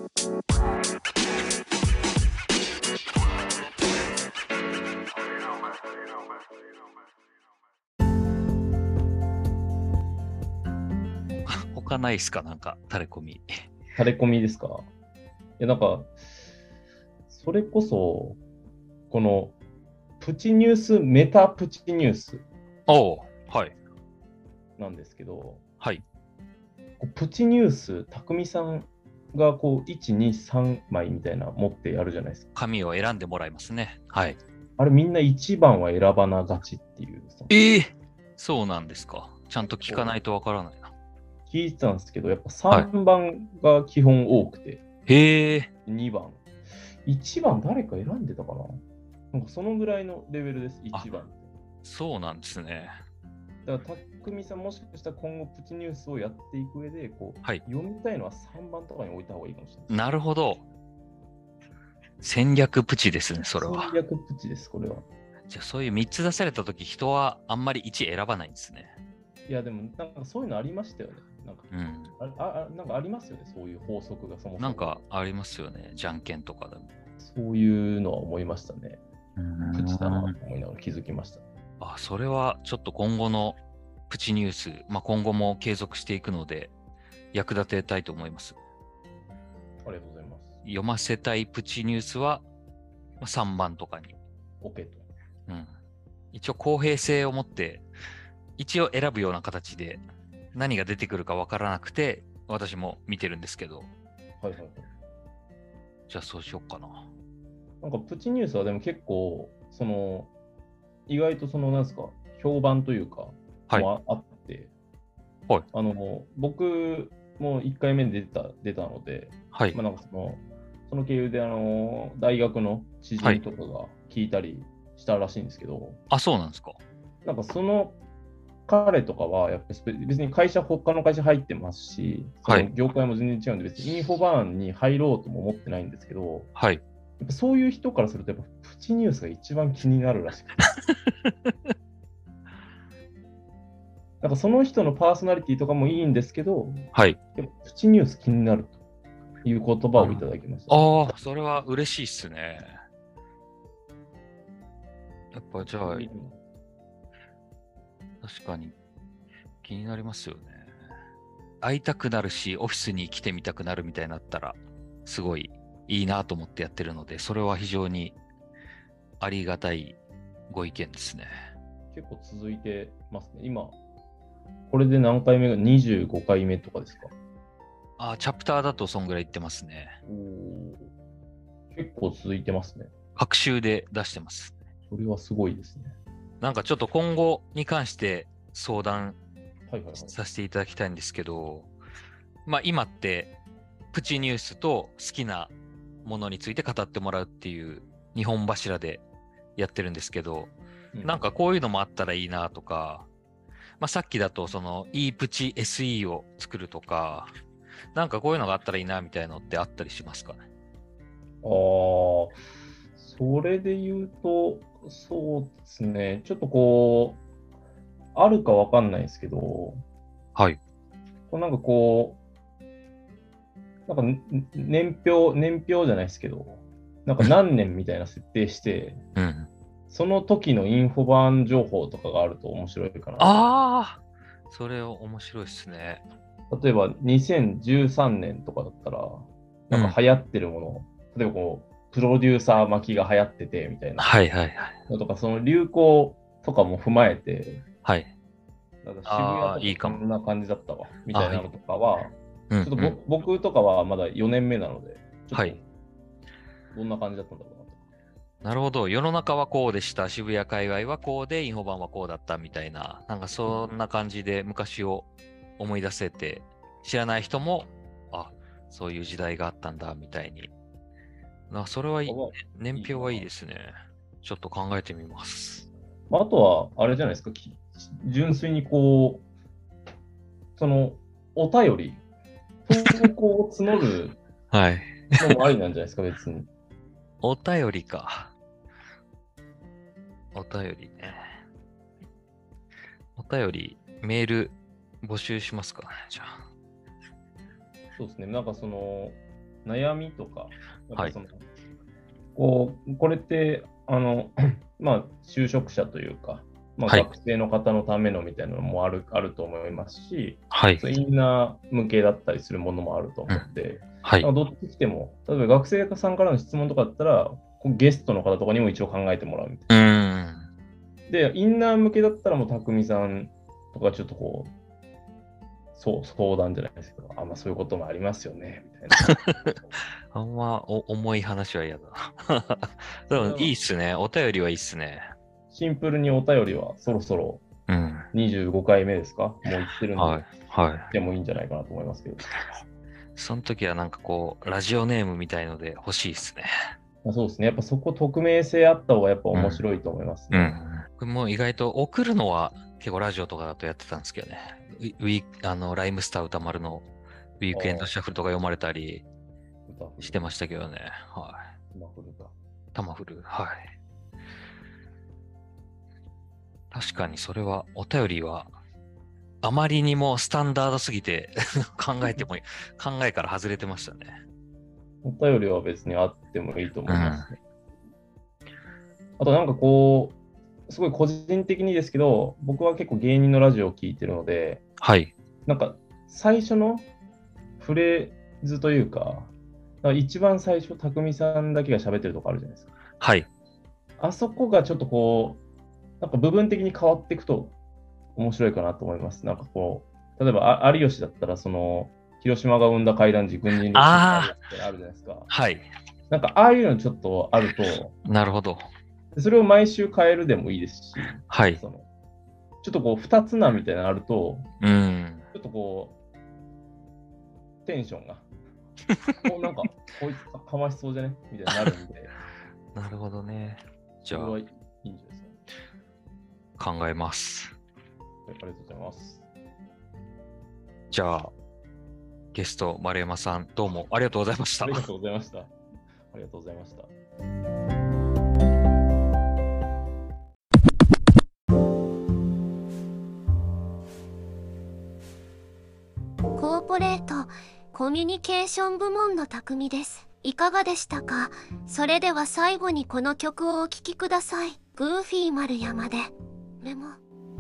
他ないっすか？なんか、タレコミ。 タレコミですか？いや、なんか、それこそ、この、プチニュース、メタプチニュースおお、はい。 なんですけど、 はい。 プチニュース、匠さんがこう、1、2、3枚みたいな持ってやるじゃないですか。 紙を選んでもらいますね。はい。 あれみんな1番は選ばながちっていうさ、 ええ、そうなんですか。ちゃんと聞かそうないとわからないな。 聞いてたんですけど、やっぱはい。 3番が基本多くて、 へえ、 2番。1番誰か選んでたかな。なんかそのぐらいのレベルです、 あ、 1番って。 そうなんですね。 だから、匠さんもしかしたら今後プチニュースをやっていく上で、こはい。 う、読みたいのは3番とかに置いた方がいいかもしれないです。 なるほど。戦略プチですね、それは。 戦略プチです、これは。 じゃあ、そういう3つ出されたとき、人はあんまり1選ばないんですね。 いや、でも、なんかそういうのありましたよね。なんか、 うん。 なんかありますよね、そういう法則がそもそも。 なんかありますよね。じゃんけんとかでも。 そういうのは思いましたね。 うープチだなん。 と思いながら気づきました。 あ、それはちょっと今後のプチニュース、まあ、今後も継続していくので、役立てたいと思います。 ありがとうございます。 読ませたいプチニュースは3番とかに。 OK と。 うん。一応公平性を持って、一応選ぶような形で何が出てくるかわからなくて、私も見てるんですけど、 はいはいはい。 じゃあそうしようかな。 なんかプチニュースはでも結構、意外となんですか、評判というか、 はい。 あって、 はい。 僕も1回目で出たので、 はい。 まあなんかその経由で大学の知はい。 人とかが聞いたりしたらしいんですけど、 あ、そうなんですか。 なんかその彼とかは、やっぱり別に他の会社入ってますし、そはい。 の業界も全然違うんで、別にインフォバーンに入ろうとも思ってないんですけど、 はい。 やっぱそういう人からすると、やっぱプチニュースが一番気になるらしくて、なんかその人のパーソナリティとかもいいんですけど、 はい。 やっぱプチニュース気になるという言葉をいただきました。 ああ、それは嬉しいっすね。やっぱじゃあ、確かに気になりますよね。会いたくなるし、オフィスに来てみたくなるみたいになったら、すごいいいなと思ってやってるので、それは非常にありがたいご意見ですね。 結構続いてますね。今、これで何回目が25回目とかですか？ あ、チャプターだとそんぐらい言ってますね。 結構続いてますね。 各週で出してます。 それはすごいですね。 なんかちょっと今後に関して相談はいはいはい。 させていただきたいんですけど、まあ今ってプチニュースと好きなものについて語ってもらうっていう2本柱でやってるんですけど、なんかこういうのもあったらいいなとか、まあさっきだとその e プチ SE を作るとか、なんかこういうのがあったらいいなみたいのってあったりしますかね。 ああ、それで言うと、そうですね。ちょっとあるかわかんないですけど、 はい。 なんかなんか年表じゃないですけど、なんか何年みたいな設定して、 うん。 その時のインフォバーン情報とかがあると面白いかなと。 ああ、それ面白いですね。 例えば2013年とかだったら、 うん。 なんか流行ってるもの、例えばプロデューサー巻きが流行っててみたいなはいはいはい。 のとか、その流行とかも踏まえて、 はい。 なんか渋谷ああ、 とかいいかも。 こんな感じだったわ、みたいああ、いい。 なのとかは、ちょっとうんうん。 僕とかはまだ4年目なので、ちょっとはい。 どんな感じだったんだろうなと。 なるほど。世の中はこうでした。渋谷界隈はこうで、インフォバンはこうだったみたいな、なんかそんな感じで昔を思い出せて、知らない人も、あ、そういう時代があったんだ、みたいに。それはいい、年表はいいですね。ちょっと考えてみます。 まあ、あとは、あれじゃないですか、純粋にお便り、投稿を募るはい。 のもありなんじゃないですか、別に。 お便りか。お便りね。お便り、メール募集しますかね、じゃあ。 そうですね、なんか悩みとか、 はい。 これって、まあ、就職者というか、まあ、 はい。 学生の方のためのみたいなのもあると思いますし、 はい。 インナー向けだったりするものもあるとうん。 思って、 はい。 どっち来ても、例えば学生さんからの質問とかだったら、ゲストの方とかにも一応考えてもらうみたういーん。 な。で、インナー向けだったらもう匠さんとかちょっと相談じゃないですけど、まあそういうこともありますよね、みたいな。 あんま重い話は嫌だな。でもいいっすね。お便りはいいっすね。 シンプルにお便りはそろそろうん。 25回目ですかもう言ってるんで、 はい。はい。 でもいいんじゃないかなと思いますけど。 その時はなんかこう、ラジオネームみたいので欲しいっすね。 そうですね。やっぱそこ匿名性あった方がやっぱうん。 面白いと思いますね。 うん。これも意外と送るのは結構ラジオとかだとやってたんですけどね。ライムスター歌丸のウィークエンドシャッフルとか読まれたりしてましたけどね。はい。 タマフルが。 タマフル。はい。確かにそれは、お便りは、あまりにもスタンダードすぎて考えから外れてましたね。 お便りは別にあってもいいと思いますね。 うん、 あとなんかすごい個人的にですけど、僕は結構芸人のラジオを聞いてるので、 はい。 なんか最初のフレーズというか、一番最初、匠さんだけが喋ってるとこあるじゃないですか。 はい。 あそこがちょっとなんか部分的に変わっていくと面白いかなと思います。なんか例えば有吉だったら、広島が生んだ怪談時、軍人歴史ってあるじゃないですか。 はい。 なんかああいうのちょっとあると、 なるほど。 それを毎週変えるでもいいですし、 はい。 ちょっと二つなみたいなのあると、 うん。 ちょっとテンションが、なんか、こいつかましそうじゃねみたいになるんで。 なるほどね。じゃあ、 いいんじゃないですか。考えます。 ありがとうございます。 じゃあ、ゲスト、丸山さん、どうもありがとうございました。 ありがとうございました。ありがとうございました。 コーポレートコミュニケーション部門の匠です。いかがでしたか？それでは最後にこの曲をお聴きください。グーフィー丸山でメモ。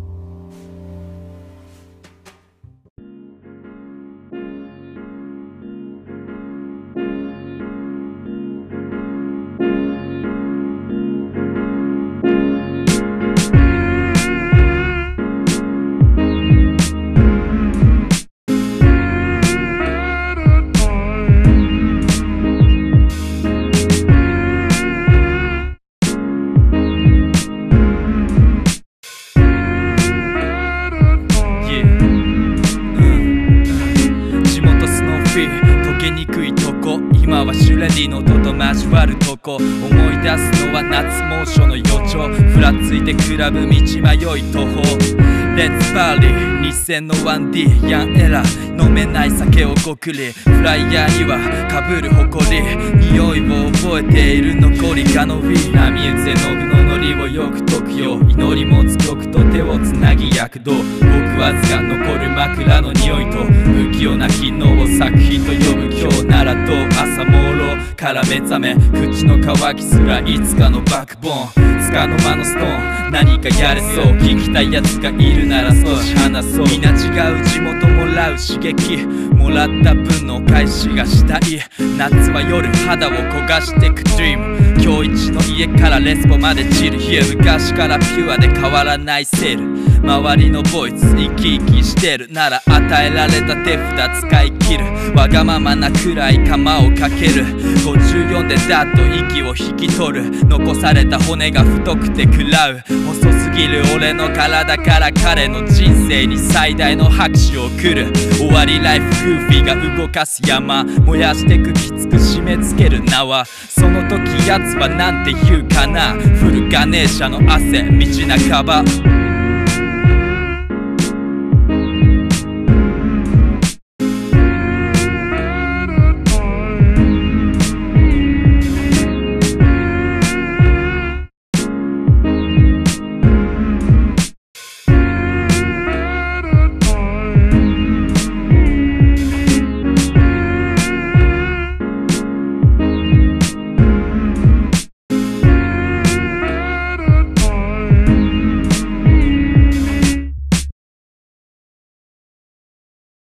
今はシュレディの音と交わるとこ、思い出すのは夏猛暑の予兆、ふらついてクラブ道迷い途方、レッツパーリー2000の 1D ヤンエラー、飲めない酒をごくり、フライヤーにはかぶる誇り、匂いを覚えている残りがのウィー、波打つ絵の具のノリをよく解くよ、祈りもつ曲と手をつなぎ躍動、僕わずか残る枕の匂いと不器用な機能を作品と呼ぶ今日ならどう、朝朦朧から目覚め、口の渇きすらいつかのバックボーン、つかの間のストーン、何かやれそう、聞きたいやつがいるなら少し話そう、皆違う地元もらう刺激、もらった分のお返しがしたい、夏は夜肌を焦がしてく Dream、 今日一の家からレスポまでチル、昔からピュアで変わらないセール、周りのボイス生き生きしてるなら与えられた手札使い切る、わがままなくらい釜をかける、54でダッと息を引き取る、残された骨が太くて食らう、細すぎる俺の体から彼の人生に最大の拍手を送る、終わりライフグーフィーが動かす山、燃やしてくきつく締め付ける縄、その時やつはなんて言うかな、フルガネーシャの汗道半ば